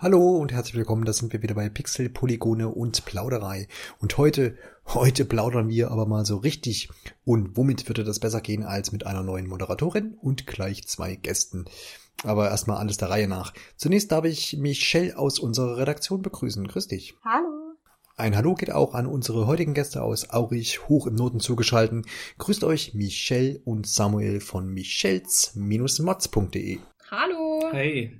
Hallo und herzlich willkommen, da sind wir wieder bei Pixel, Polygone und Plauderei. Und heute plaudern wir aber mal so richtig. Und womit würde das besser gehen als mit einer neuen Moderatorin und gleich 2 Gästen? Aber erstmal alles der Reihe nach. Zunächst darf ich Michelle aus unserer Redaktion begrüßen. Grüß dich. Hallo. Ein Hallo geht auch an unsere heutigen Gäste aus Aurich, hoch im Norden zugeschalten. Grüßt euch Michelle und Samuel von michels-mods.de. Hallo. Hey.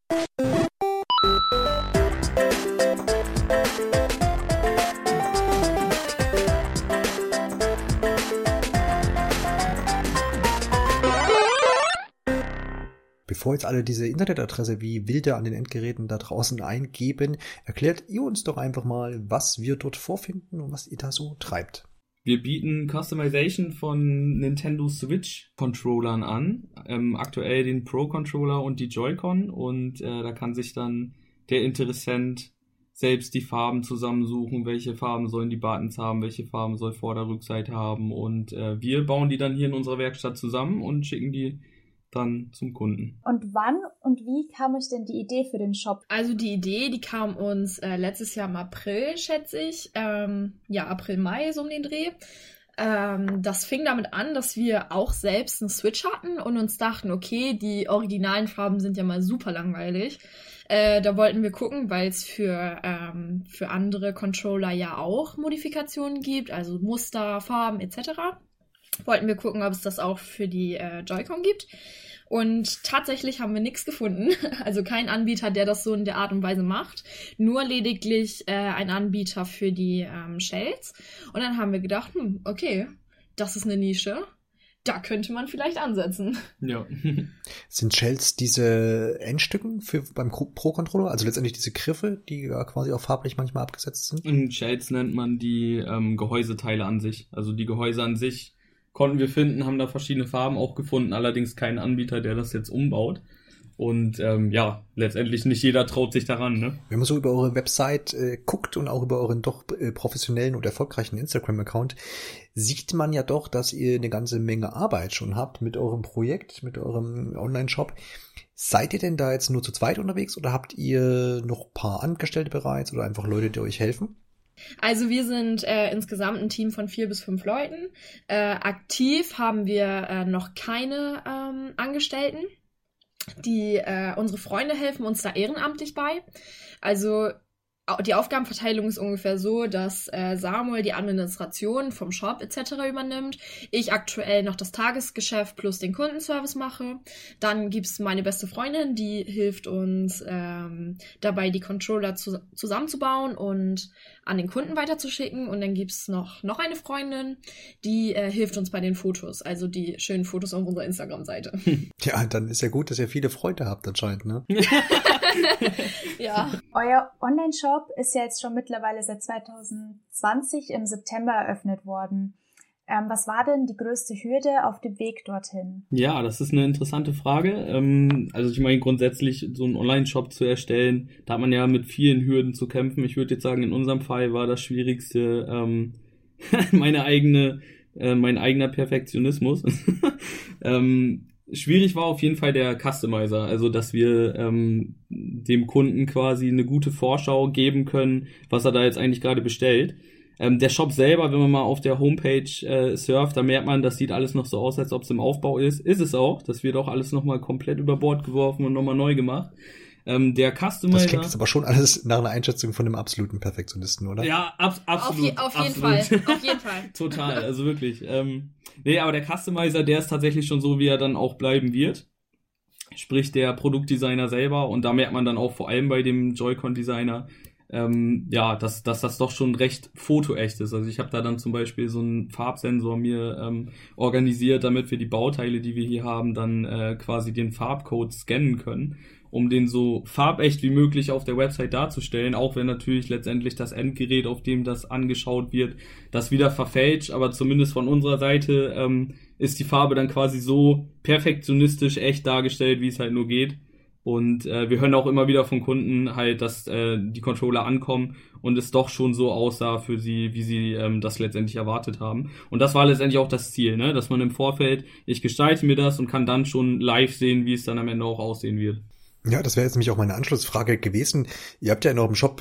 Bevor jetzt alle diese Internetadresse wie Wilde an den Endgeräten da draußen eingeben, erklärt ihr uns doch einfach mal, was wir dort vorfinden und was ihr da so treibt. Wir bieten Customization von Nintendo Switch Controllern an, aktuell den Pro Controller und die Joy-Con, und da kann sich dann der Interessent selbst die Farben zusammensuchen, welche Farben sollen die Buttons haben, welche Farben soll Vorder-Rückseite haben, und wir bauen die dann hier in unserer Werkstatt zusammen und schicken die dann zum Kunden. Und wann und wie kam euch denn die Idee für den Shop? Also die Idee, die kam uns letztes Jahr im April, schätze ich. April, Mai, so um den Dreh. Das fing damit an, dass wir auch selbst einen Switch hatten und uns dachten, okay, die originalen Farben sind ja mal super langweilig. Da wollten wir gucken, weil es für andere Controller ja auch Modifikationen gibt, also Muster, Farben etc. Wollten wir gucken, ob es das auch für die Joy-Con gibt. Und tatsächlich haben wir nichts gefunden. Also kein Anbieter, der das so in der Art und Weise macht. Nur lediglich ein Anbieter für die Shells. Und dann haben wir gedacht, okay, das ist eine Nische. Da könnte man vielleicht ansetzen. Ja. Sind Shells diese Endstücken beim Pro-Controller? Also letztendlich diese Griffe, die ja quasi auch farblich manchmal abgesetzt sind? In Shells nennt man die Gehäuseteile an sich. Also die Gehäuse an sich konnten wir finden, haben da verschiedene Farben auch gefunden, allerdings keinen Anbieter, der das jetzt umbaut. Und letztendlich nicht jeder traut sich daran, ne? Wenn man so über eure Website guckt und auch über euren doch professionellen und erfolgreichen Instagram-Account, sieht man ja doch, dass ihr eine ganze Menge Arbeit schon habt mit eurem Projekt, mit eurem Online-Shop. Seid ihr denn da jetzt nur zu zweit unterwegs oder habt ihr noch ein paar Angestellte bereits oder einfach Leute, die euch helfen? Also wir sind insgesamt ein Team von 4 bis 5 Leuten. Aktiv haben wir noch keine Angestellten. Unsere Freunde helfen uns da ehrenamtlich bei. Also die Aufgabenverteilung ist ungefähr so, dass Samuel die Administration vom Shop etc. übernimmt. Ich aktuell noch das Tagesgeschäft plus den Kundenservice mache. Dann gibt's meine beste Freundin, die hilft uns dabei, die Controller zusammenzubauen und an den Kunden weiterzuschicken. Und dann gibt's noch eine Freundin, die hilft uns bei den Fotos, also die schönen Fotos auf unserer Instagram-Seite. Ja, dann ist ja gut, dass ihr viele Freunde habt anscheinend, ne? Ja. Euer Online-Shop ist ja jetzt schon mittlerweile seit 2020 im September eröffnet worden. Was war denn die größte Hürde auf dem Weg dorthin? Ja, das ist eine interessante Frage. Also ich meine, grundsätzlich so einen Online-Shop zu erstellen, da hat man ja mit vielen Hürden zu kämpfen. Ich würde jetzt sagen, in unserem Fall war das Schwierigste mein eigener Perfektionismus. Schwierig war auf jeden Fall der Customizer, also dass wir dem Kunden quasi eine gute Vorschau geben können, was er da jetzt eigentlich gerade bestellt. Der Shop selber, wenn man mal auf der Homepage surft, da merkt man, das sieht alles noch so aus, als ob es im Aufbau ist. Ist es auch. Das wird auch alles nochmal komplett über Bord geworfen und nochmal neu gemacht. Der Customizer... Das klingt jetzt aber schon alles nach einer Einschätzung von einem absoluten Perfektionisten, oder? Ja, absolut. Auf jeden Fall. Total, also wirklich. Aber der Customizer, der ist tatsächlich schon so, wie er dann auch bleiben wird. Sprich, der Produktdesigner selber. Und da merkt man dann auch vor allem bei dem Joy-Con-Designer, dass das doch schon recht fotoecht ist. Also ich habe da dann zum Beispiel so einen Farbsensor mir organisiert, damit wir die Bauteile, die wir hier haben, dann quasi den Farbcode scannen können, um den so farbecht wie möglich auf der Website darzustellen, auch wenn natürlich letztendlich das Endgerät, auf dem das angeschaut wird, das wieder verfälscht, aber zumindest von unserer Seite ist die Farbe dann quasi so perfektionistisch echt dargestellt, wie es halt nur geht. Und wir hören auch immer wieder von Kunden halt, dass die Controller ankommen und es doch schon so aussah für sie, wie sie das letztendlich erwartet haben. Und das war letztendlich auch das Ziel, ne? Dass man im Vorfeld, ich gestalte mir das und kann dann schon live sehen, wie es dann am Ende auch aussehen wird. Ja, das wäre jetzt nämlich auch meine Anschlussfrage gewesen. Ihr habt ja in eurem Shop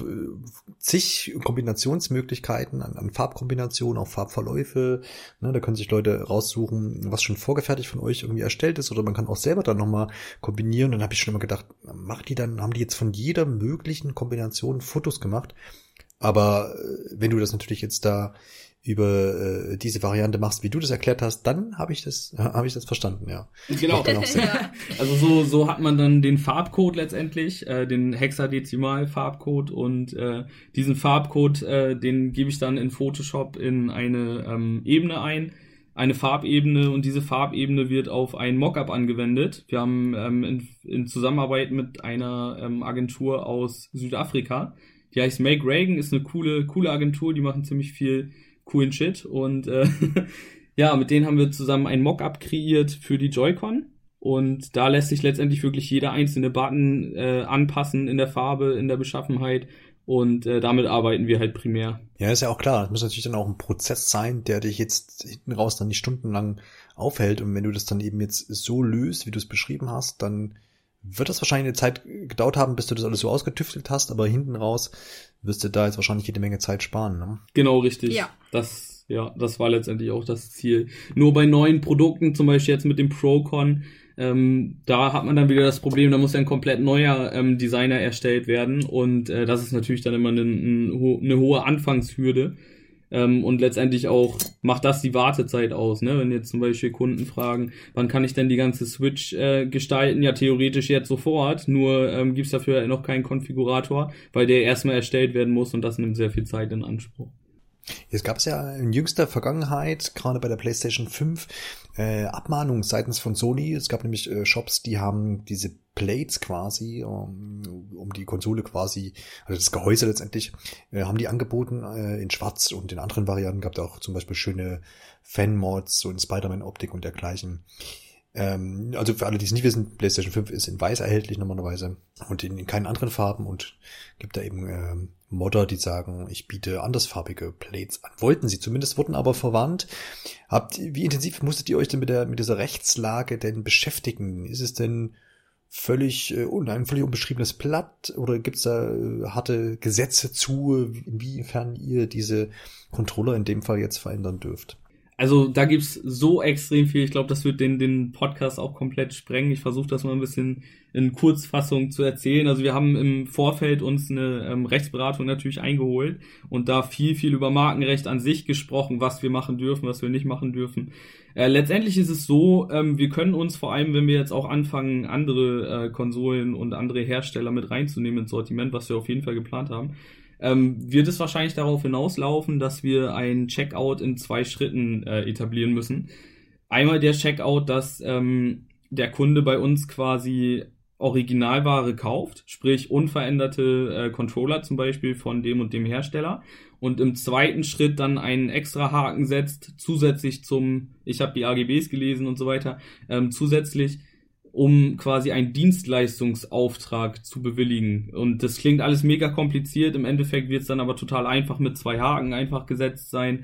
zig Kombinationsmöglichkeiten an Farbkombinationen, auch Farbverläufe. Ne, da können sich Leute raussuchen, was schon vorgefertigt von euch irgendwie erstellt ist, oder man kann auch selber dann nochmal kombinieren. Dann habe ich schon immer gedacht, haben die jetzt von jeder möglichen Kombination Fotos gemacht? Aber wenn du das natürlich jetzt da über diese Variante machst, wie du das erklärt hast, dann habe ich das verstanden, ja. Genau. Ja. Also so hat man dann den Farbcode letztendlich, den Hexadezimal-Farbcode, und diesen Farbcode, den gebe ich dann in Photoshop in eine Ebene ein, eine Farbebene, und diese Farbebene wird auf ein Mockup angewendet. Wir haben in Zusammenarbeit mit einer Agentur aus Südafrika, die heißt Make Reagan, ist eine coole Agentur, die machen ziemlich viel coolen Shit, und ja, mit denen haben wir zusammen ein Mockup kreiert für die Joy-Con, und da lässt sich letztendlich wirklich jeder einzelne Button anpassen in der Farbe, in der Beschaffenheit, und damit arbeiten wir halt primär. Ja, ist ja auch klar. Das muss natürlich dann auch ein Prozess sein, der dich jetzt hinten raus dann nicht stundenlang aufhält, und wenn du das dann eben jetzt so löst, wie du es beschrieben hast, dann wird das wahrscheinlich eine Zeit gedauert haben, bis du das alles so ausgetüftelt hast, aber hinten raus wirst du da jetzt wahrscheinlich jede Menge Zeit sparen, ne? Genau, richtig. Ja. Das war letztendlich auch das Ziel. Nur bei neuen Produkten, zum Beispiel jetzt mit dem Procon, da hat man dann wieder das Problem, da muss ja ein komplett neuer Designer erstellt werden, und das ist natürlich dann immer eine hohe Anfangshürde. Und letztendlich auch macht das die Wartezeit aus, ne? Wenn jetzt zum Beispiel Kunden fragen, wann kann ich denn die ganze Switch gestalten? Ja, theoretisch jetzt sofort, nur gibt's dafür noch keinen Konfigurator, weil der erstmal erstellt werden muss, und das nimmt sehr viel Zeit in Anspruch. Jetzt gab es ja in jüngster Vergangenheit, gerade bei der PlayStation 5, Abmahnungen seitens von Sony. Es gab nämlich Shops, die haben diese Plates quasi, um die Konsole quasi, also das Gehäuse letztendlich, haben die angeboten in Schwarz, und in anderen Varianten gab es auch zum Beispiel schöne Fan-Mods, so in Spider-Man-Optik und dergleichen. Also für alle, die es nicht wissen, PlayStation 5 ist in weiß erhältlich normalerweise und in keinen anderen Farben, und gibt da eben Modder, die sagen, ich biete andersfarbige Plates an. Wollten sie zumindest, wurden aber verwarnt. Wie intensiv musstet ihr euch denn mit dieser Rechtslage denn beschäftigen? Ist es denn ein völlig unbeschriebenes Blatt, oder gibt's da harte Gesetze zu, inwiefern ihr diese Controller in dem Fall jetzt verändern dürft? Also da gibt's so extrem viel. Ich glaube, das wird den Podcast auch komplett sprengen. Ich versuche das mal ein bisschen in Kurzfassung zu erzählen. Also wir haben im Vorfeld uns eine Rechtsberatung natürlich eingeholt und da viel über Markenrecht an sich gesprochen, was wir machen dürfen, was wir nicht machen dürfen. Letztendlich ist es so, wir können uns vor allem, wenn wir jetzt auch anfangen, andere Konsolen und andere Hersteller mit reinzunehmen ins Sortiment, was wir auf jeden Fall geplant haben, wird es wahrscheinlich darauf hinauslaufen, dass wir ein Checkout in 2 Schritten etablieren müssen. Einmal der Checkout, dass der Kunde bei uns quasi Originalware kauft, sprich unveränderte Controller zum Beispiel von dem und dem Hersteller, und im zweiten Schritt dann einen extra Haken setzt, zusätzlich ich habe die AGBs gelesen und so weiter, zusätzlich, um quasi einen Dienstleistungsauftrag zu bewilligen. Und das klingt alles mega kompliziert, im Endeffekt wird es dann aber total einfach mit 2 Haken einfach gesetzt sein.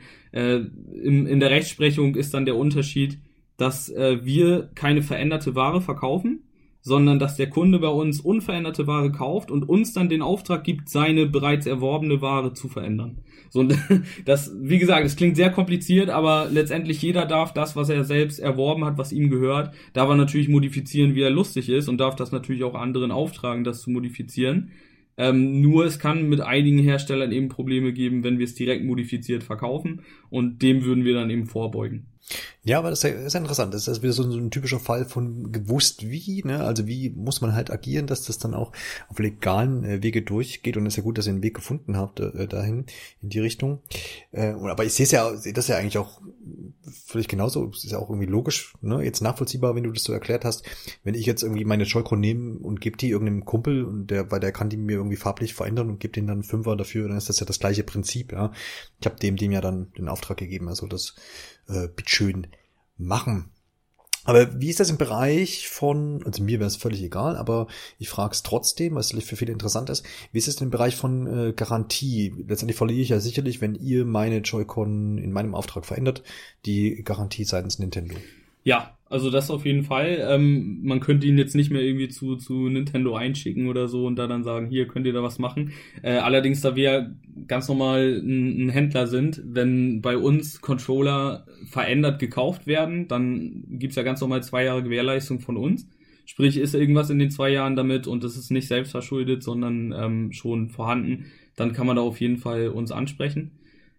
In der Rechtsprechung ist dann der Unterschied, dass wir keine veränderte Ware verkaufen, sondern dass der Kunde bei uns unveränderte Ware kauft und uns dann den Auftrag gibt, seine bereits erworbene Ware zu verändern. So, und das, wie gesagt, es klingt sehr kompliziert, aber letztendlich jeder darf das, was er selbst erworben hat, was ihm gehört, darf er natürlich modifizieren, wie er lustig ist, und darf das natürlich auch anderen auftragen, das zu modifizieren. Nur es kann mit einigen Herstellern eben Probleme geben, wenn wir es direkt modifiziert verkaufen, und dem würden wir dann eben vorbeugen. Ja, aber das ist ja interessant. Das ist wieder so ein typischer Fall von gewusst wie, ne? Also wie muss man halt agieren, dass das dann auch auf legalen Wege durchgeht, und es ist ja gut, dass ihr einen Weg gefunden habt dahin, in die Richtung. Aber ich sehe das ja eigentlich auch völlig genauso. Es ist ja auch irgendwie logisch, ne? Jetzt nachvollziehbar, wenn du das so erklärt hast. Wenn ich jetzt irgendwie meine Joy-Con nehme und gebe die irgendeinem Kumpel, und weil der kann die mir irgendwie farblich verändern, und gebe den dann 5er dafür, dann ist das ja das gleiche Prinzip, ja. Ich habe dem ja dann den Auftrag gegeben, also das bitteschön machen. Aber wie ist das im Bereich also mir wäre es völlig egal, aber ich frage es trotzdem, weil es für viele interessant ist, wie ist es denn im Bereich von Garantie? Letztendlich verliere ich ja sicherlich, wenn ihr meine Joy-Con in meinem Auftrag verändert, die Garantie seitens Nintendo. Ja, also das auf jeden Fall. Man könnte ihn jetzt nicht mehr irgendwie zu Nintendo einschicken oder so und da dann sagen, hier könnt ihr da was machen. Allerdings, da wir ganz normal ein Händler sind, wenn bei uns Controller verändert gekauft werden, dann gibt's ja ganz normal 2 Jahre Gewährleistung von uns. Sprich, ist irgendwas in den 2 Jahren damit und es ist nicht selbst verschuldet, sondern schon vorhanden, dann kann man da auf jeden Fall uns ansprechen.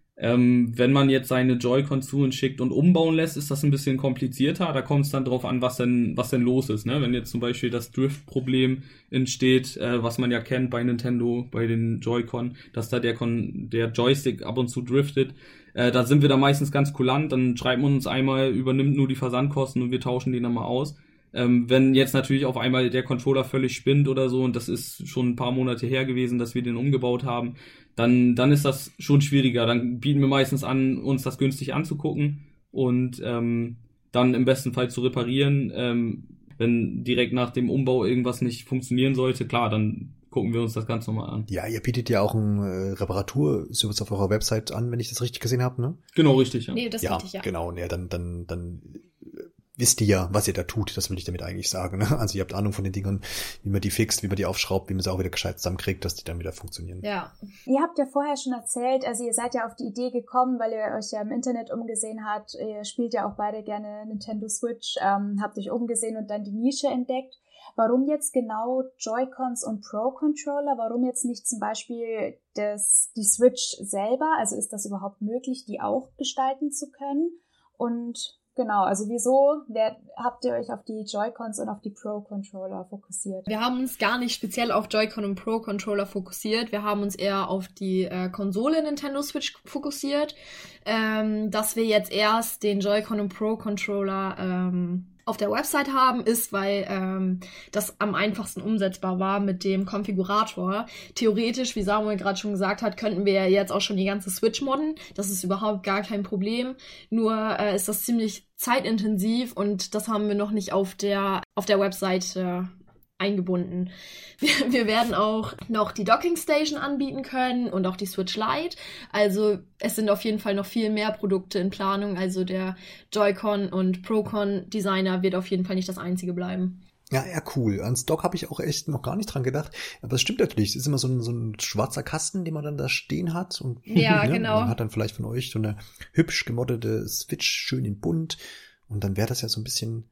Wenn man jetzt seine Joy-Con zu uns schickt und umbauen lässt, ist das ein bisschen komplizierter. Da kommt es dann drauf an, was denn los ist. Ne? Wenn jetzt zum Beispiel das Drift-Problem entsteht, was man ja kennt bei Nintendo, bei den Joy-Con, dass da der Joystick ab und zu driftet, da sind wir da meistens ganz kulant. Dann schreibt man uns einmal, übernimmt nur die Versandkosten und wir tauschen den dann mal aus. Wenn jetzt natürlich auf einmal der Controller völlig spinnt oder so, und das ist schon ein paar Monate her gewesen, dass wir den umgebaut haben, dann ist das schon schwieriger. Dann bieten wir meistens an, uns das günstig anzugucken und dann im besten Fall zu reparieren. Wenn direkt nach dem Umbau irgendwas nicht funktionieren sollte, klar, dann gucken wir uns das ganz normal an. Ja, ihr bietet ja auch einen Reparaturservice auf eurer Website an, wenn ich das richtig gesehen habe, ne? Genau, richtig, ja. Nee, das richtig, ja. Genau, ne, dann wisst ihr ja, was ihr da tut, das will ich damit eigentlich sagen. Ne? Also ihr habt Ahnung von den Dingern, wie man die fixt, wie man die aufschraubt, wie man sie auch wieder gescheit zusammenkriegt, dass die dann wieder funktionieren. Ja. Ihr habt ja vorher schon erzählt, also ihr seid ja auf die Idee gekommen, weil ihr euch ja im Internet umgesehen habt. Ihr spielt ja auch beide gerne Nintendo Switch, habt euch umgesehen und dann die Nische entdeckt. Warum jetzt genau Joy-Cons und Pro-Controller? Warum jetzt nicht zum Beispiel die Switch selber? Also ist das überhaupt möglich, die auch gestalten zu können? Und genau, also wieso habt ihr euch auf die Joy-Cons und auf die Pro-Controller fokussiert? Wir haben uns gar nicht speziell auf Joy-Con und Pro-Controller fokussiert. Wir haben uns eher auf die Konsole Nintendo Switch fokussiert. Dass wir jetzt erst den Joy-Con und Pro-Controller auf der Website haben, ist, weil das am einfachsten umsetzbar war mit dem Konfigurator. Theoretisch, wie Samuel gerade schon gesagt hat, könnten wir ja jetzt auch schon die ganze Switch modden. Das ist überhaupt gar kein Problem. Nur ist das ziemlich zeitintensiv und das haben wir noch nicht auf der Website eingebunden. Wir werden auch noch die Docking Station anbieten können und auch die Switch Lite. Also es sind auf jeden Fall noch viel mehr Produkte in Planung. Also der Joy-Con und Pro-Con Designer wird auf jeden Fall nicht das einzige bleiben. Ja, cool. Ans Dock habe ich auch echt noch gar nicht dran gedacht. Aber es stimmt natürlich. Es ist immer so ein schwarzer Kasten, den man dann da stehen hat. Und ja, genau. Man hat dann vielleicht von euch so eine hübsch gemoddete Switch, schön in bunt. Und dann wäre das ja so ein bisschen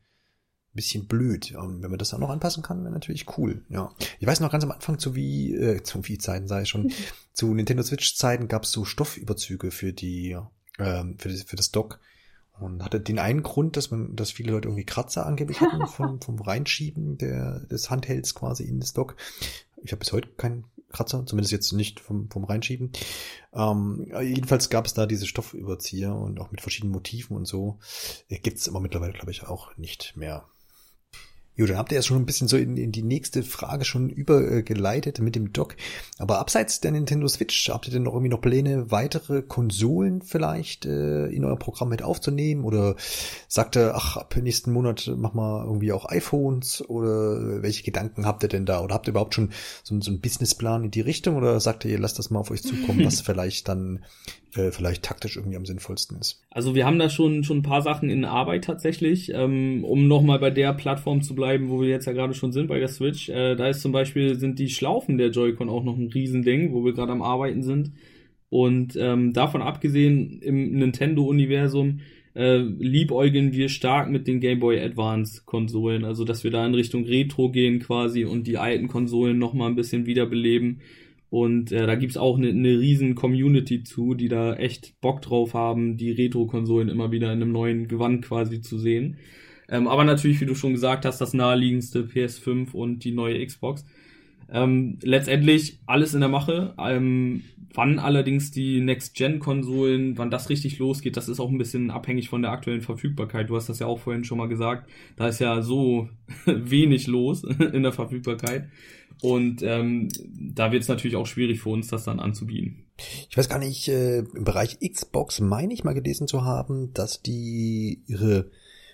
blöd. Wenn man das dann noch anpassen kann, wäre natürlich cool. Ja, ich weiß noch ganz am Anfang zu Wii-Zeiten, sei schon, zu Nintendo Switch-Zeiten gab es so Stoffüberzüge für das Dock und hatte den einen Grund, dass viele Leute irgendwie Kratzer angeblich hatten vom Reinschieben des Handhelds quasi in das Dock. Ich habe bis heute keinen Kratzer, zumindest jetzt nicht vom Reinschieben. Jedenfalls gab es da diese Stoffüberzieher und auch mit verschiedenen Motiven und so. Gibt's aber mittlerweile, glaube ich, auch nicht mehr. Jo, dann habt ihr ja schon ein bisschen so in die nächste Frage schon übergeleitet mit dem Dock. Aber abseits der Nintendo Switch, habt ihr denn noch irgendwie noch Pläne, weitere Konsolen vielleicht in euer Programm mit aufzunehmen? Oder sagt ihr, ab nächsten Monat machen wir irgendwie auch iPhones? Oder welche Gedanken habt ihr denn da? Oder habt ihr überhaupt schon so einen Businessplan in die Richtung? Oder sagt ihr lasst das mal auf euch zukommen, was vielleicht dann vielleicht taktisch irgendwie am sinnvollsten ist? Also wir haben da schon ein paar Sachen in Arbeit tatsächlich, um nochmal bei der Plattform zu bleiben, wo wir jetzt ja gerade schon sind, bei der Switch. Da ist zum Beispiel, sind die Schlaufen der Joy-Con auch noch ein Riesending, wo wir gerade am Arbeiten sind. Und davon abgesehen, im Nintendo-Universum liebäugeln wir stark mit den Game Boy Advance-Konsolen, also dass wir da in Richtung Retro gehen quasi und die alten Konsolen nochmal ein bisschen wiederbeleben. Und da gibt's auch eine riesen Community zu, die da echt Bock drauf haben, die Retro-Konsolen immer wieder in einem neuen Gewand quasi zu sehen. Aber natürlich, wie du schon gesagt hast, das naheliegendste PS5 und die neue Xbox. Letztendlich alles in der Mache. Wann allerdings die Next-Gen-Konsolen, wann das richtig losgeht, das ist auch ein bisschen abhängig von der aktuellen Verfügbarkeit. Du hast das ja auch vorhin schon mal gesagt. Da ist ja so wenig los in der Verfügbarkeit. Und da wird es natürlich auch schwierig für uns, das dann anzubieten. Ich weiß gar nicht, im Bereich Xbox meine ich mal gelesen zu haben, dass die ihre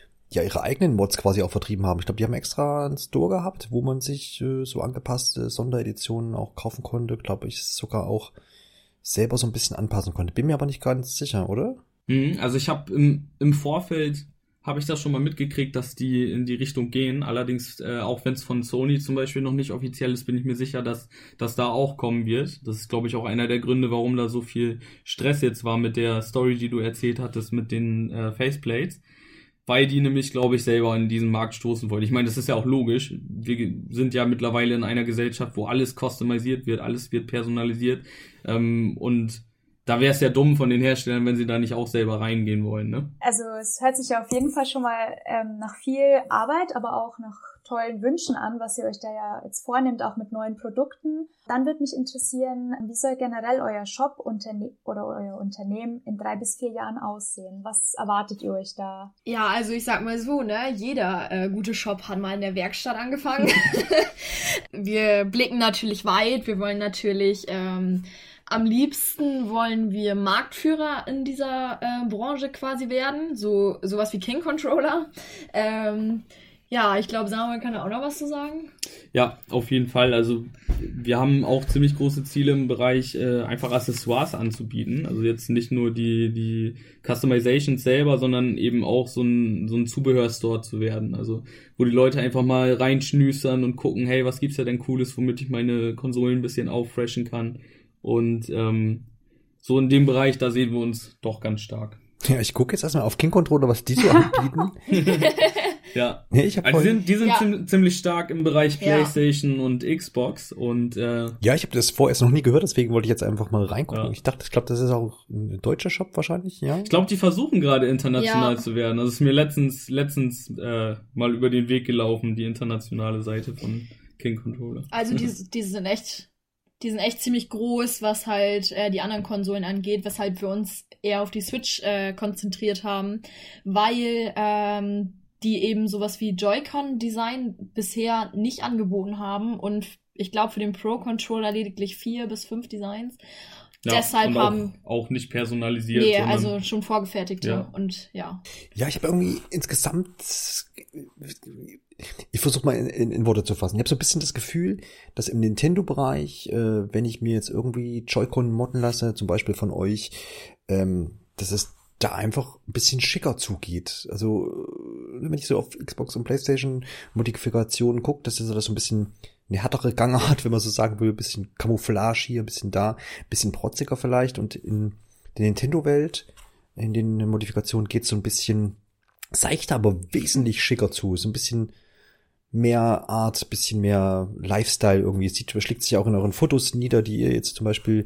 eigenen Mods quasi auch vertrieben haben. Ich glaube, die haben extra einen Store gehabt, wo man sich so angepasste Sondereditionen auch kaufen konnte. Glaube ich, sogar auch selber so ein bisschen anpassen konnte. Bin mir aber nicht ganz sicher, oder? Also ich habe im Vorfeld habe ich das schon mal mitgekriegt, dass die in die Richtung gehen. Allerdings, auch wenn es von Sony zum Beispiel noch nicht offiziell ist, bin ich mir sicher, dass das da auch kommen wird. Das ist, glaube ich, auch einer der Gründe, warum da so viel Stress jetzt war mit der Story, die du erzählt hattest mit den Faceplates. Weil die nämlich, glaube ich, selber in diesen Markt stoßen wollten. Ich meine, das ist ja auch logisch. Wir sind ja mittlerweile in einer Gesellschaft, wo alles customisiert wird, alles wird personalisiert. Und da wäre es ja dumm von den Herstellern, wenn sie da nicht auch selber reingehen wollen, ne? Also es hört sich ja auf jeden Fall schon mal nach viel Arbeit, aber auch nach tollen Wünschen an, was ihr euch da ja jetzt vornehmt, auch mit neuen Produkten. Dann würde mich interessieren, wie soll generell euer Shop oder euer Unternehmen in 3 bis 4 Jahren aussehen? Was erwartet ihr euch da? Ja, also ich sag mal so, ne, jeder gute Shop hat mal in der Werkstatt angefangen. Wir blicken natürlich weit, wir wollen natürlich am liebsten wollen wir Marktführer in dieser Branche quasi werden, sowas wie King Controller. Ja, ich glaube, Samuel kann da auch noch was zu sagen. Ja, auf jeden Fall. Also wir haben auch ziemlich große Ziele im Bereich einfach Accessoires anzubieten. Also jetzt nicht nur die Customizations selber, sondern eben auch so ein Zubehörstore zu werden. Also wo die Leute einfach mal reinschnüstern und gucken, hey, was gibt's da denn Cooles, womit ich meine Konsolen ein bisschen auffreshen kann. Und so in dem Bereich, da sehen wir uns doch ganz stark. Ja, ich gucke jetzt erstmal auf King Controller, was die so anbieten. Ja, ich hab also die sind ziemlich stark im Bereich PlayStation und Xbox und ja, ich habe das vorerst noch nie gehört, deswegen wollte ich jetzt einfach mal reingucken. Ja. Ich glaube, das ist auch ein deutscher Shop wahrscheinlich, ja. Ich glaube, die versuchen gerade international zu werden. Also es ist mir letztens mal über den Weg gelaufen, die internationale Seite von King Controller. Also die sind echt ziemlich groß, was halt die anderen Konsolen angeht, weshalb wir uns eher auf die Switch konzentriert haben, weil die eben sowas wie Joy-Con-Design bisher nicht angeboten haben und ich glaube für den Pro-Controller lediglich 4 bis 5 Designs. Ja, deshalb haben auch nicht personalisiert. Nee, also schon vorgefertigte und ja. Ja, ich habe irgendwie insgesamt, ich versuche mal in Worte zu fassen. Ich habe so ein bisschen das Gefühl, dass im Nintendo-Bereich, wenn ich mir jetzt irgendwie Joy-Con modden lasse, zum Beispiel von euch, dass es da einfach ein bisschen schicker zugeht. Also wenn ich so auf Xbox und PlayStation Modifikationen gucke, dass das so ein bisschen eine härtere Gangart, wenn man so sagen will, ein bisschen Camouflage hier, ein bisschen da, ein bisschen protziger vielleicht. Und in der Nintendo-Welt, in den Modifikationen geht's so ein bisschen seichter, aber wesentlich schicker zu. So ein bisschen mehr Art, ein bisschen mehr Lifestyle irgendwie. Es schlägt sich auch in euren Fotos nieder, die ihr jetzt zum Beispiel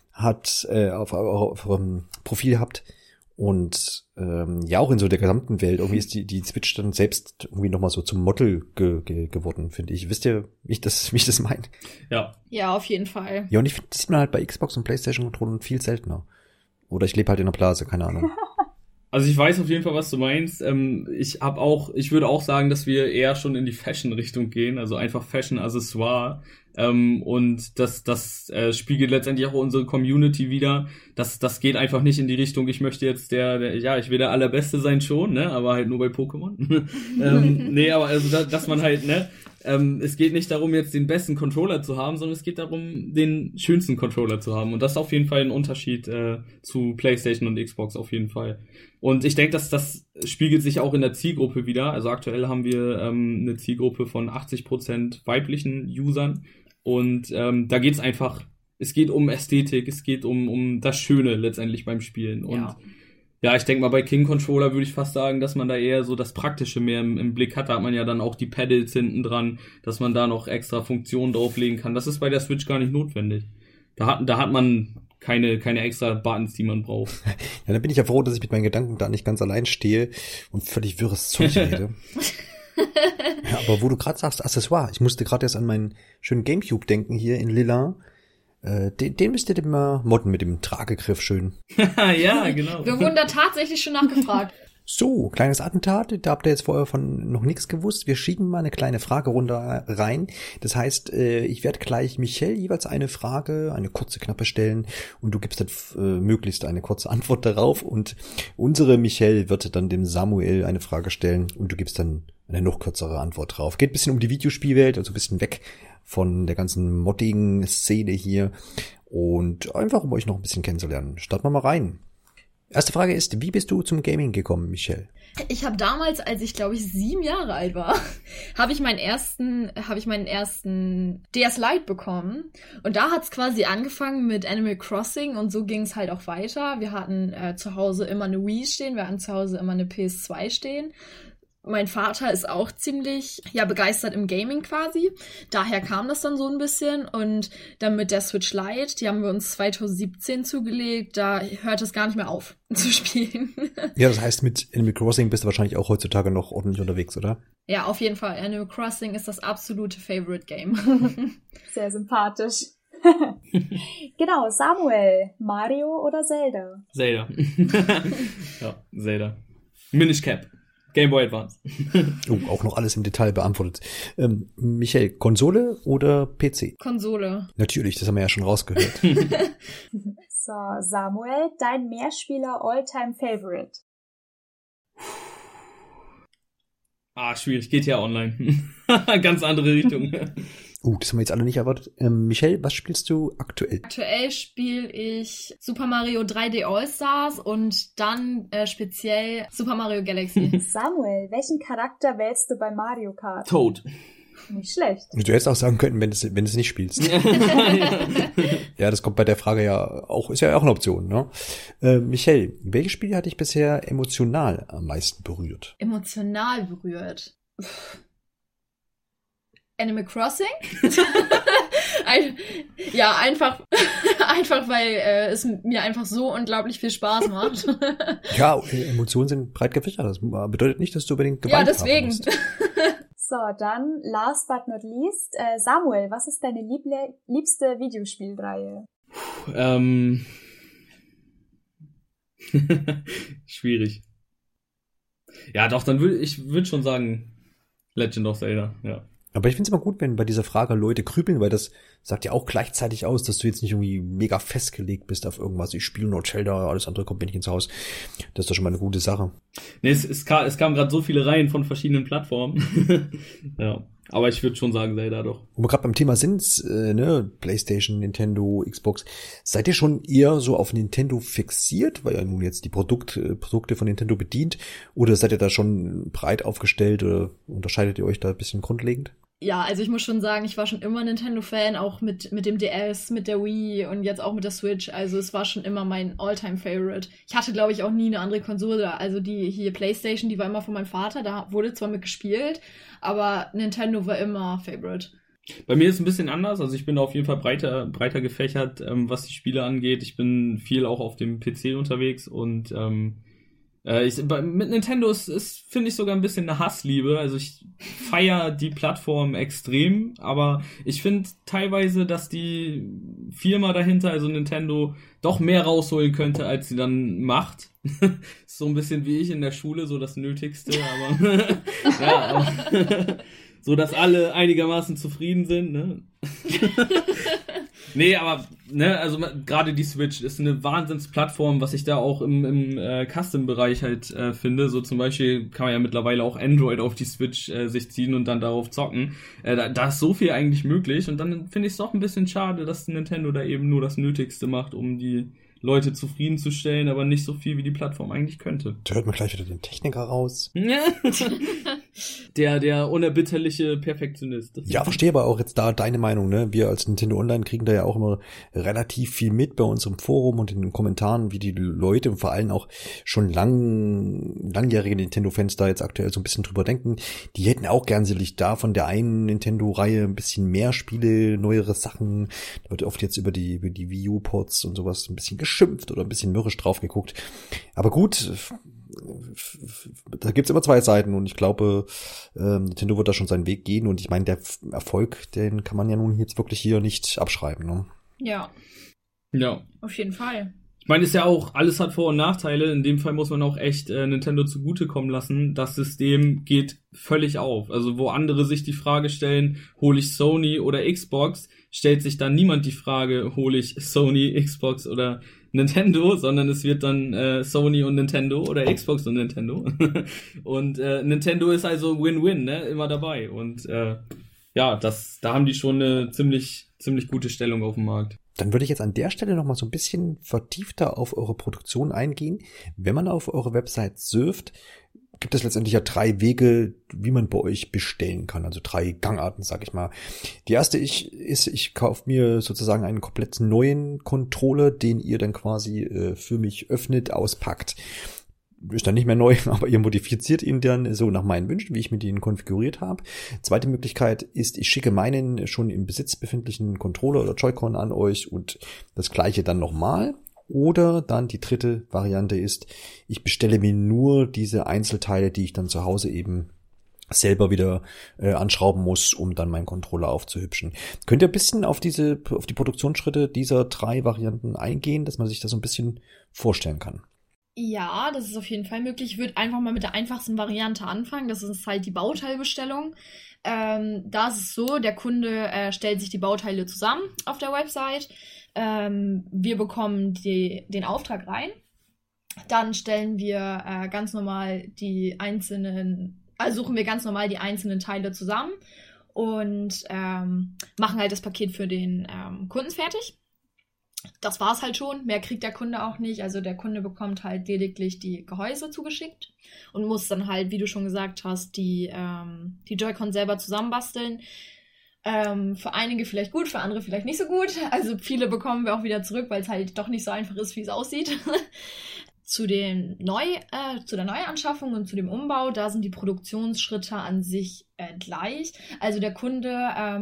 auf eurem Profil habt. Und ja, auch in so der gesamten Welt, irgendwie ist die Switch dann selbst irgendwie nochmal so zum Model geworden, finde ich. Wisst ihr, wie ich das meine? Ja. Ja, auf jeden Fall. Ja, und ich finde, das sieht man halt bei Xbox und PlayStation-Controllern viel seltener. Oder ich lebe halt in einer Blase, keine Ahnung. Also ich weiß auf jeden Fall, was du meinst. Ich würde auch sagen, dass wir eher schon in die Fashion-Richtung gehen, also einfach Fashion-Accessoire. Und das spiegelt letztendlich auch unsere Community wider. Das geht einfach nicht in die Richtung, ich möchte jetzt ich will der Allerbeste sein schon, ne, aber halt nur bei Pokémon. Nee, aber also, dass man halt, ne, es geht nicht darum, jetzt den besten Controller zu haben, sondern es geht darum, den schönsten Controller zu haben. Und das ist auf jeden Fall ein Unterschied zu PlayStation und Xbox auf jeden Fall. Und ich denke, dass das spiegelt sich auch in der Zielgruppe wieder. Also aktuell haben wir eine Zielgruppe von 80% weiblichen Usern. Und da geht's einfach, es geht um Ästhetik, es geht um das Schöne letztendlich beim Spielen. Und ja, ich denke mal, bei King Controller würde ich fast sagen, dass man da eher so das Praktische mehr im Blick hat. Da hat man ja dann auch die Pedals hinten dran, dass man da noch extra Funktionen drauflegen kann. Das ist bei der Switch gar nicht notwendig. Da hat man keine extra Buttons, die man braucht. Ja, dann bin ich ja froh, dass ich mit meinen Gedanken da nicht ganz allein stehe und völlig wirres Zeug rede. Ja, aber wo du gerade sagst, Accessoire, ich musste gerade erst an meinen schönen Gamecube denken hier in Lila. Den müsst ihr mal modden mit dem Tragegriff schön. Ja, genau. Wir wurden da tatsächlich schon nachgefragt. So, kleines Attentat, da habt ihr jetzt vorher von noch nichts gewusst. Wir schieben mal eine kleine Fragerunde rein. Das heißt, ich werde gleich Michelle jeweils eine Frage, eine kurze, knappe stellen und du gibst dann möglichst eine kurze Antwort darauf und unsere Michelle wird dann dem Samuel eine Frage stellen und du gibst dann eine noch kürzere Antwort drauf. Geht ein bisschen um die Videospielwelt, also ein bisschen weg von der ganzen Modding-Szene hier und einfach um euch noch ein bisschen kennenzulernen. Starten wir mal rein. Erste Frage ist, wie bist du zum Gaming gekommen, Michelle? Ich habe damals, als ich glaube ich 7 Jahre alt war, habe ich meinen ersten DS Lite bekommen. Und da hat's quasi angefangen mit Animal Crossing und so ging es halt auch weiter. Wir hatten zu Hause immer eine Wii stehen, wir hatten zu Hause immer eine PS2 stehen. Mein Vater ist auch ziemlich begeistert im Gaming quasi. Daher kam das dann so ein bisschen. Und dann mit der Switch Lite, die haben wir uns 2017 zugelegt, da hört es gar nicht mehr auf zu spielen. Ja, das heißt, mit Animal Crossing bist du wahrscheinlich auch heutzutage noch ordentlich unterwegs, oder? Ja, auf jeden Fall. Animal Crossing ist das absolute Favorite Game. Sehr sympathisch. Genau, Samuel, Mario oder Zelda? Zelda. Ja, Zelda. Minish Cap. Game Boy Advance. Auch noch alles im Detail beantwortet. Michael, Konsole oder PC? Konsole. Natürlich, das haben wir ja schon rausgehört. So, Samuel, dein Mehrspieler All-Time-Favorite? Schwierig. Geht ja online. Ganz andere Richtung. Das haben wir jetzt alle nicht erwartet. Michelle, was spielst du aktuell? Aktuell spiele ich Super Mario 3D All-Stars und dann speziell Super Mario Galaxy. Samuel, welchen Charakter wählst du bei Mario Kart? Toad. Nicht schlecht. Du hättest auch sagen können, wenn du es nicht spielst. Ja, das kommt bei der Frage ja auch, ist ja auch eine Option, ne? Michelle, welches Spiel hat dich bisher emotional am meisten berührt? Emotional berührt? Animal Crossing? Einfach weil es mir einfach so unglaublich viel Spaß macht. Ja, Emotionen sind breit gefächert. Das bedeutet nicht, dass du unbedingt geweint haben deswegen. musst. So, dann last but not least, Samuel, was ist deine liebste Videospielreihe? Schwierig. Ja, doch, dann würde schon sagen Legend of Zelda, ja. Aber ich finde es immer gut, wenn bei dieser Frage Leute grübeln, weil das sagt ja auch gleichzeitig aus, dass du jetzt nicht irgendwie mega festgelegt bist auf irgendwas. Ich spiele nur Zelda, alles andere kommt mir nicht ins Haus. Das ist doch schon mal eine gute Sache. Nee, es kam gerade so viele Reihen von verschiedenen Plattformen. Ja, aber ich würde schon sagen Zelda doch. Und wir gerade beim Thema sind, PlayStation, Nintendo, Xbox, seid ihr schon eher so auf Nintendo fixiert, weil ihr nun jetzt die Produkte von Nintendo bedient, oder seid ihr da schon breit aufgestellt oder unterscheidet ihr euch da ein bisschen grundlegend? Ja, also ich muss schon sagen, ich war schon immer Nintendo-Fan, auch mit dem DS, mit der Wii und jetzt auch mit der Switch. Also es war schon immer mein All-Time-Favorite. Ich hatte, glaube ich, auch nie eine andere Konsole. Also die hier PlayStation, die war immer von meinem Vater, da wurde zwar mit gespielt, aber Nintendo war immer Favorite. Bei mir ist es ein bisschen anders. Also ich bin auf jeden Fall breiter gefächert, was die Spiele angeht. Ich bin viel auch auf dem PC unterwegs und mit Nintendo ist finde ich, sogar ein bisschen eine Hassliebe. Also ich feiere die Plattform extrem, aber ich finde teilweise, dass die Firma dahinter, also Nintendo, doch mehr rausholen könnte, als sie dann macht. So ein bisschen wie ich in der Schule, so das Nötigste, aber so, dass alle einigermaßen zufrieden sind, ne? Nee, aber, also gerade die Switch ist eine Wahnsinnsplattform, was ich da auch im Custom-Bereich halt finde. So zum Beispiel kann man ja mittlerweile auch Android auf die Switch sich ziehen und dann darauf zocken. Da ist so viel eigentlich möglich und dann finde ich es doch ein bisschen schade, dass Nintendo da eben nur das Nötigste macht, um die Leute zufriedenzustellen, aber nicht so viel, wie die Plattform eigentlich könnte. Da hört man gleich wieder den Techniker raus. Der unerbitterliche Perfektionist. Ja, verstehe aber auch jetzt da deine Meinung, ne? Wir als Nintendo Online kriegen da ja auch immer relativ viel mit bei uns im Forum und in den Kommentaren, wie die Leute und vor allem auch schon langjährige Nintendo-Fans da jetzt aktuell so ein bisschen drüber denken. Die hätten auch gern sicherlich da von der einen Nintendo-Reihe ein bisschen mehr Spiele, neuere Sachen. Da wird oft jetzt über die Wii U-Ports und sowas ein bisschen geschimpft oder ein bisschen mürrisch drauf geguckt. Aber gut, da gibt's immer zwei Seiten und ich glaube, Nintendo wird da schon seinen Weg gehen und ich meine, der Erfolg, den kann man ja nun jetzt wirklich hier nicht abschreiben, ne? Ja. Ja. Auf jeden Fall. Ich meine, ist ja auch, alles hat Vor- und Nachteile. In dem Fall muss man auch echt Nintendo zugutekommen lassen. Das System geht völlig auf. Also wo andere sich die Frage stellen, hole ich Sony oder Xbox, stellt sich dann niemand die Frage, hole ich Sony, Xbox oder Nintendo, sondern es wird dann Sony und Nintendo oder Xbox und Nintendo. Und Nintendo ist also Win-Win, ne? Immer dabei. Und da haben die schon eine ziemlich gute Stellung auf dem Markt. Dann würde ich jetzt an der Stelle noch mal so ein bisschen vertiefter auf eure Produktion eingehen. Wenn man auf eure Website surft, gibt es letztendlich ja 3 Wege, wie man bei euch bestellen kann. Also 3 Gangarten, sag ich mal. Die erste ist, ich kaufe mir sozusagen einen komplett neuen Controller, den ihr dann quasi für mich öffnet, auspackt. Ist dann nicht mehr neu, aber ihr modifiziert ihn dann so nach meinen Wünschen, wie ich mir den konfiguriert habe. Zweite Möglichkeit ist, ich schicke meinen schon im Besitz befindlichen Controller oder Joy-Con an euch und das gleiche dann nochmal. Oder dann die dritte Variante ist, ich bestelle mir nur diese Einzelteile, die ich dann zu Hause eben selber wieder anschrauben muss, um dann meinen Controller aufzuhübschen. Könnt ihr ein bisschen auf die Produktionsschritte dieser 3 Varianten eingehen, dass man sich das so ein bisschen vorstellen kann? Ja, das ist auf jeden Fall möglich. Ich würde einfach mal mit der einfachsten Variante anfangen. Das ist halt die Bauteilbestellung. Da ist es so, der Kunde stellt sich die Bauteile zusammen auf der Website. Wir bekommen den Auftrag rein. Dann stellen wir ganz normal suchen wir ganz normal die einzelnen Teile zusammen und machen halt das Paket für den Kunden fertig. Das war's halt schon. Mehr kriegt der Kunde auch nicht. Also der Kunde bekommt halt lediglich die Gehäuse zugeschickt und muss dann halt, wie du schon gesagt hast, die Joy-Con selber zusammenbasteln. Für einige vielleicht gut, für andere vielleicht nicht so gut. Also viele bekommen wir auch wieder zurück, weil es halt doch nicht so einfach ist, wie es aussieht. Zu der Neuanschaffung und zu dem Umbau, da sind die Produktionsschritte an sich gleich. Also der Kunde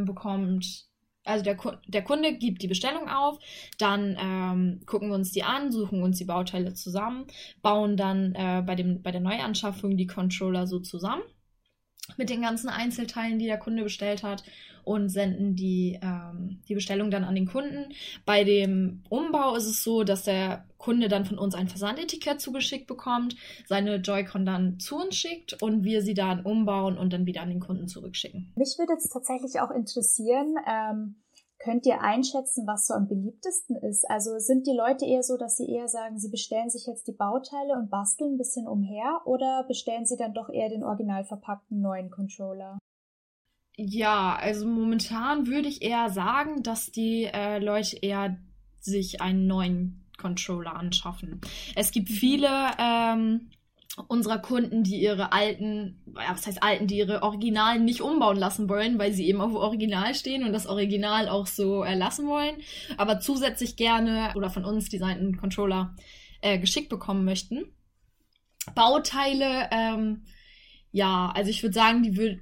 der Kunde gibt die Bestellung auf, dann gucken wir uns die an, suchen uns die Bauteile zusammen, bauen dann bei der Neuanschaffung die Controller so zusammen mit den ganzen Einzelteilen, die der Kunde bestellt hat und senden die Bestellung dann an den Kunden. Bei dem Umbau ist es so, dass der Kunde dann von uns ein Versandetikett zugeschickt bekommt, seine Joy-Con dann zu uns schickt und wir sie dann umbauen und dann wieder an den Kunden zurückschicken. Mich würde jetzt tatsächlich auch interessieren, könnt ihr einschätzen, was so am beliebtesten ist? Also sind die Leute eher so, dass sie eher sagen, sie bestellen sich jetzt die Bauteile und basteln ein bisschen umher oder bestellen sie dann doch eher den original verpackten neuen Controller? Ja, also momentan würde ich eher sagen, dass die Leute eher sich einen neuen Controller anschaffen. Es gibt viele unserer Kunden, die ihre die ihre Originalen nicht umbauen lassen wollen, weil sie eben auf Original stehen und das Original auch so lassen wollen, aber zusätzlich gerne oder von uns designten Controller geschickt bekommen möchten. Bauteile, also ich würde sagen,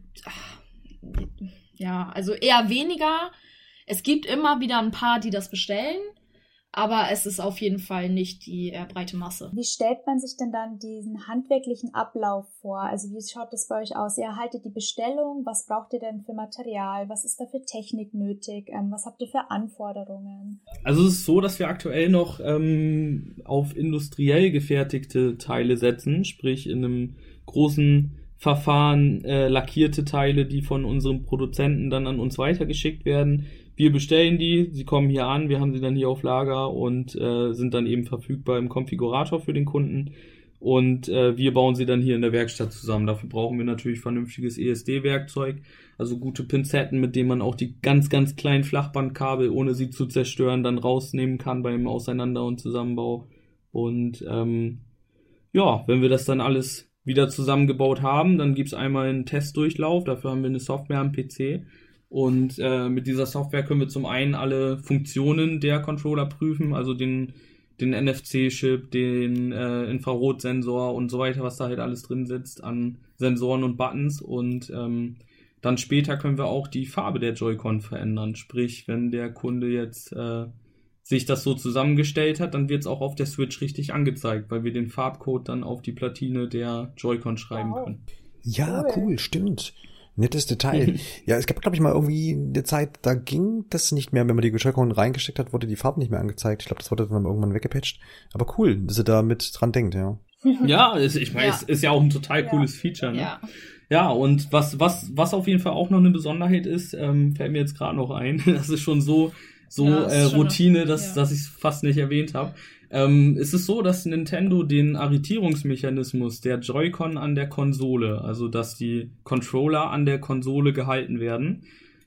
also eher weniger. Es gibt immer wieder ein paar, die das bestellen, aber es ist auf jeden Fall nicht die breite Masse. Wie stellt man sich denn dann diesen handwerklichen Ablauf vor? Also wie schaut das bei euch aus? Ihr erhaltet die Bestellung, was braucht ihr denn für Material? Was ist da für Technik nötig? Was habt ihr für Anforderungen? Also es ist so, dass wir aktuell noch auf industriell gefertigte Teile setzen, sprich in einem großen Verfahren lackierte Teile, die von unserem Produzenten dann an uns weitergeschickt werden. Wir bestellen die, sie kommen hier an, wir haben sie dann hier auf Lager und sind dann eben verfügbar im Konfigurator für den Kunden und wir bauen sie dann hier in der Werkstatt zusammen. Dafür brauchen wir natürlich vernünftiges ESD-Werkzeug, also gute Pinzetten, mit denen man auch die ganz, ganz kleinen Flachbandkabel, ohne sie zu zerstören, dann rausnehmen kann beim Auseinander- und Zusammenbau. Und wenn wir das dann alles wieder zusammengebaut haben, dann gibt's einmal einen Testdurchlauf, dafür haben wir eine Software am PC. Und mit dieser Software können wir zum einen alle Funktionen der Controller prüfen, also den NFC-Chip, den Infrarotsensor und so weiter, was da halt alles drin sitzt an Sensoren und Buttons. Und dann später können wir auch die Farbe der Joy-Con verändern. Sprich, wenn der Kunde jetzt sich das so zusammengestellt hat, dann wird es auch auf der Switch richtig angezeigt, weil wir den Farbcode dann auf die Platine der Joy-Con schreiben können. Ja, cool, stimmt. Nettes Detail. Ja, es gab, glaube ich, mal irgendwie eine Zeit, da ging das nicht mehr. Wenn man die Joy-Con reingesteckt hat, wurde die Farbe nicht mehr angezeigt. Ich glaube, das wurde dann irgendwann weggepatcht. Aber cool, dass ihr da mit dran denkt, ja. Ja, ich meine, es ist ja auch ein total cooles Feature, ne? Ja. Ja, und was auf jeden Fall auch noch eine Besonderheit ist, fällt mir jetzt gerade noch ein. Das ist schon so Routine, dass ich es fast nicht erwähnt habe. Es ist so, dass Nintendo den Arretierungsmechanismus der Joy-Con an der Konsole, also dass die Controller an der Konsole gehalten werden,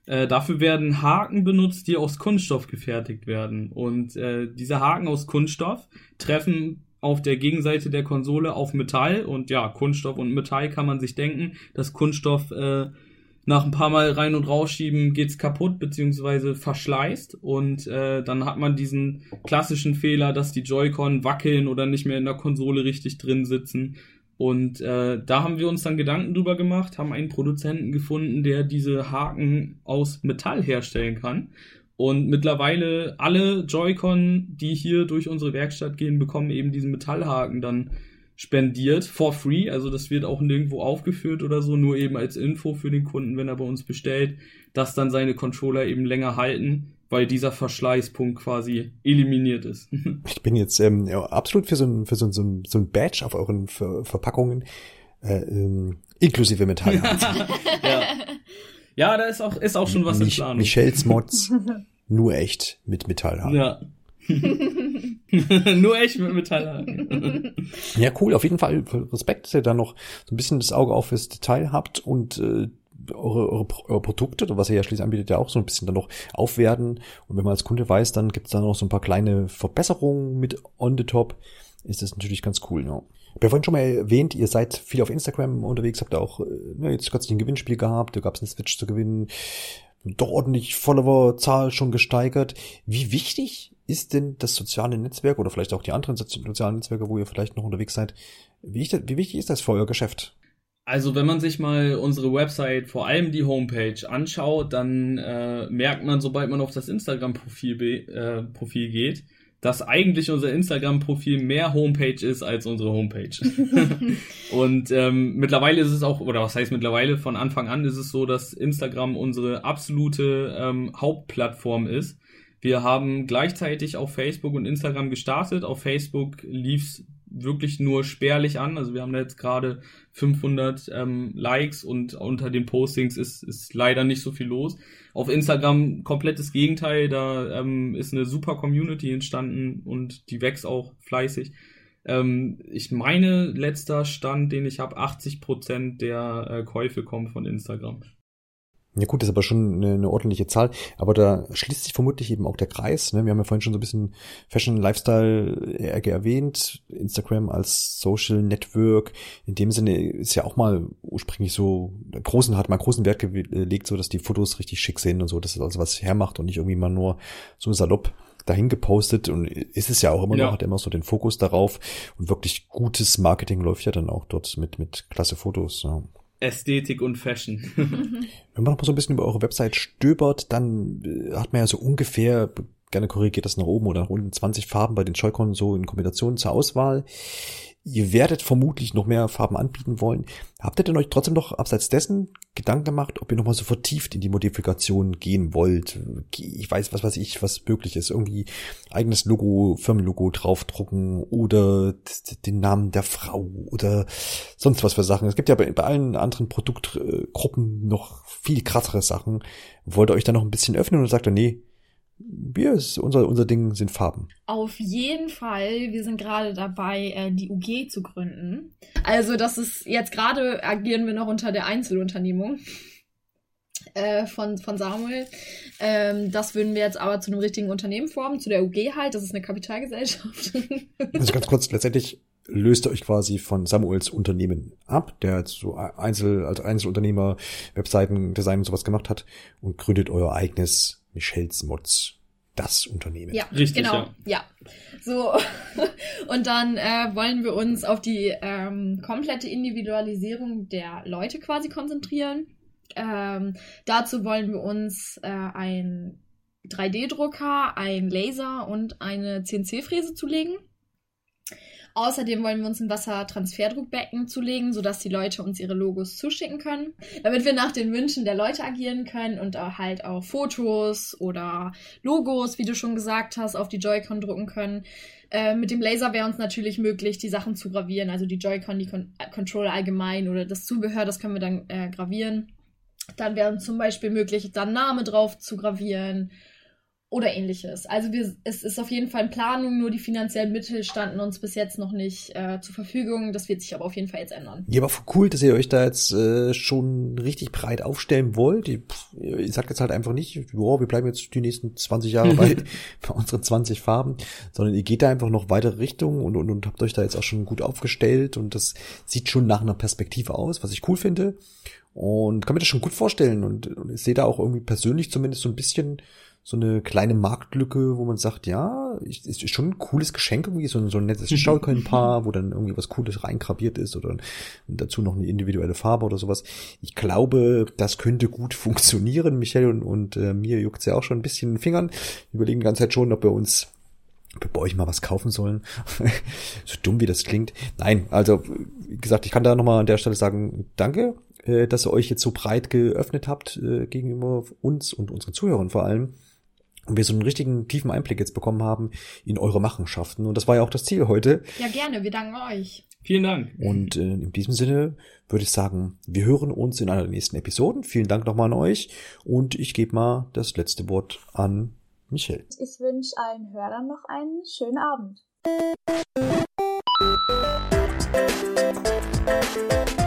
Dafür werden Haken benutzt, die aus Kunststoff gefertigt werden. Und diese Haken aus Kunststoff treffen auf der Gegenseite der Konsole auf Metall. Und ja, Kunststoff und Metall kann man sich denken, dass Kunststoff nach ein paar Mal rein und rausschieben geht's kaputt beziehungsweise verschleißt. Und dann hat man diesen klassischen Fehler, dass die Joy-Con wackeln oder nicht mehr in der Konsole richtig drin sitzen. Und da haben wir uns dann Gedanken drüber gemacht, haben einen Produzenten gefunden, der diese Haken aus Metall herstellen kann. Und mittlerweile alle Joy-Con, die hier durch unsere Werkstatt gehen, bekommen eben diesen Metallhaken dann spendiert, for free. Also das wird auch nirgendwo aufgeführt oder so, nur eben als Info für den Kunden, wenn er bei uns bestellt, dass dann seine Controller eben länger halten, weil dieser Verschleißpunkt quasi eliminiert ist. Ich bin jetzt absolut für so ein Badge auf euren Verpackungen inklusive Metallharz. Ja, da ist auch schon was in Planung. Michels Mods, nur echt mit Metallharz. Ja. Nur echt mit Metallhaken. Ja, cool. Auf jeden Fall Respekt, dass ihr da noch so ein bisschen das Auge auf fürs Detail habt und eure Produkte, was ihr ja schließlich anbietet, ja auch so ein bisschen dann noch aufwerten. Und wenn man als Kunde weiß, dann gibt es da noch so ein paar kleine Verbesserungen mit on the top. Ist das natürlich ganz cool. Ja. Ich habe ja vorhin schon mal erwähnt, ihr seid viel auf Instagram unterwegs, habt ihr auch jetzt kürzlich ein Gewinnspiel gehabt, da gab es eine Switch zu gewinnen, doch ordentlich Follower-Zahl schon gesteigert. Wie wichtig ist denn das soziale Netzwerk oder vielleicht auch die anderen sozialen Netzwerke, wo ihr vielleicht noch unterwegs seid? Wie wichtig ist das für euer Geschäft? Also wenn man sich mal unsere Website, vor allem die Homepage, anschaut, dann merkt man, sobald man auf das Instagram-Profil geht, dass eigentlich unser Instagram-Profil mehr Homepage ist als unsere Homepage. Und mittlerweile ist es auch, oder was heißt mittlerweile, von Anfang an ist es so, dass Instagram unsere absolute Hauptplattform ist. Wir haben gleichzeitig auf Facebook und Instagram gestartet. Auf Facebook lief's wirklich nur spärlich an. Also wir haben da jetzt gerade 500 Likes und unter den Postings ist leider nicht so viel los. Auf Instagram komplettes Gegenteil. Da ist eine super Community entstanden und die wächst auch fleißig. Ich meine, letzter Stand, den ich habe, 80% der Käufe kommen von Instagram. Ja gut, das ist aber schon eine ordentliche Zahl, aber da schließt sich vermutlich eben auch der Kreis. Ne? Wir haben ja vorhin schon so ein bisschen Fashion, Lifestyle erwähnt, Instagram als Social Network. In dem Sinne ist ja auch mal ursprünglich so, hat mal großen Wert gelegt, so dass die Fotos richtig schick sind und so, dass es also was hermacht und nicht irgendwie mal nur so salopp dahin gepostet, und ist es ja auch immer noch, hat immer so den Fokus darauf, und wirklich gutes Marketing läuft ja dann auch dort mit klasse Fotos, ja. Ästhetik und Fashion. Wenn man noch mal so ein bisschen über eure Website stöbert, dann hat man ja so ungefähr, gerne korrigiert das nach oben oder nach unten, 20 Farben bei den Joy-Con so in Kombination zur Auswahl. Ihr werdet vermutlich noch mehr Farben anbieten wollen. Habt ihr denn euch trotzdem noch abseits dessen Gedanken gemacht, ob ihr noch mal so vertieft in die Modifikation gehen wollt? Ich weiß, was möglich ist. Irgendwie eigenes Logo, Firmenlogo draufdrucken oder den Namen der Frau oder sonst was für Sachen. Es gibt ja bei allen anderen Produktgruppen noch viel krassere Sachen. Wollt ihr euch da noch ein bisschen öffnen oder sagt ihr, nee, unser Ding sind Farben? Auf jeden Fall. Wir sind gerade dabei, die UG zu gründen. Also das ist jetzt gerade, agieren wir noch unter der Einzelunternehmung von Samuel. Das würden wir jetzt aber zu einem richtigen Unternehmen formen, zu der UG halt. Das ist eine Kapitalgesellschaft. Also ganz kurz, letztendlich löst ihr euch quasi von Samuels Unternehmen ab, der jetzt so als Einzelunternehmer Webseiten, Design und sowas gemacht hat, und gründet euer eigenes Michels Mods, das Unternehmen. Ja, richtig, genau. Ja. So, und dann wollen wir uns auf die komplette Individualisierung der Leute quasi konzentrieren. Dazu wollen wir uns ein 3D-Drucker, ein Laser und eine CNC-Fräse zulegen. Außerdem wollen wir uns ein Wassertransferdruckbecken zulegen, sodass die Leute uns ihre Logos zuschicken können, damit wir nach den Wünschen der Leute agieren können und halt auch Fotos oder Logos, wie du schon gesagt hast, auf die Joy-Con drucken können. Mit dem Laser wäre uns natürlich möglich, die Sachen zu gravieren, also die Joy-Con, die Controller allgemein oder das Zubehör, das können wir dann gravieren. Dann wäre uns zum Beispiel möglich, dann Name drauf zu gravieren oder ähnliches. Also es ist auf jeden Fall in Planung, nur die finanziellen Mittel standen uns bis jetzt noch nicht zur Verfügung. Das wird sich aber auf jeden Fall jetzt ändern. Ja, aber cool, dass ihr euch da jetzt schon richtig breit aufstellen wollt. Ihr sagt jetzt halt einfach nicht, boah, wir bleiben jetzt die nächsten 20 Jahre bei unseren 20 Farben, sondern ihr geht da einfach noch weitere Richtungen und habt euch da jetzt auch schon gut aufgestellt und das sieht schon nach einer Perspektive aus, was ich cool finde und kann mir das schon gut vorstellen und ich sehe da auch irgendwie persönlich zumindest so ein bisschen so eine kleine Marktlücke, wo man sagt, ja, ist schon ein cooles Geschenk irgendwie, so ein nettes Joy-Con-Paar, wo dann irgendwie was Cooles reingraviert ist oder dazu noch eine individuelle Farbe oder sowas. Ich glaube, das könnte gut funktionieren. Michael und mir juckt's ja auch schon ein bisschen in den Fingern. Wir überlegen die ganze Zeit schon, ob wir bei euch mal was kaufen sollen. So dumm, wie das klingt. Nein, also, wie gesagt, ich kann da nochmal an der Stelle sagen, danke, dass ihr euch jetzt so breit geöffnet habt gegenüber uns und unseren Zuhörern vor allem. Und wir so einen richtigen tiefen Einblick jetzt bekommen haben in eure Machenschaften. Und das war ja auch das Ziel heute. Ja, gerne. Wir danken euch. Vielen Dank. Und in diesem Sinne würde ich sagen, wir hören uns in einer der nächsten Episoden. Vielen Dank nochmal an euch. Und ich gebe mal das letzte Wort an Michelle. Ich wünsche allen Hörern noch einen schönen Abend.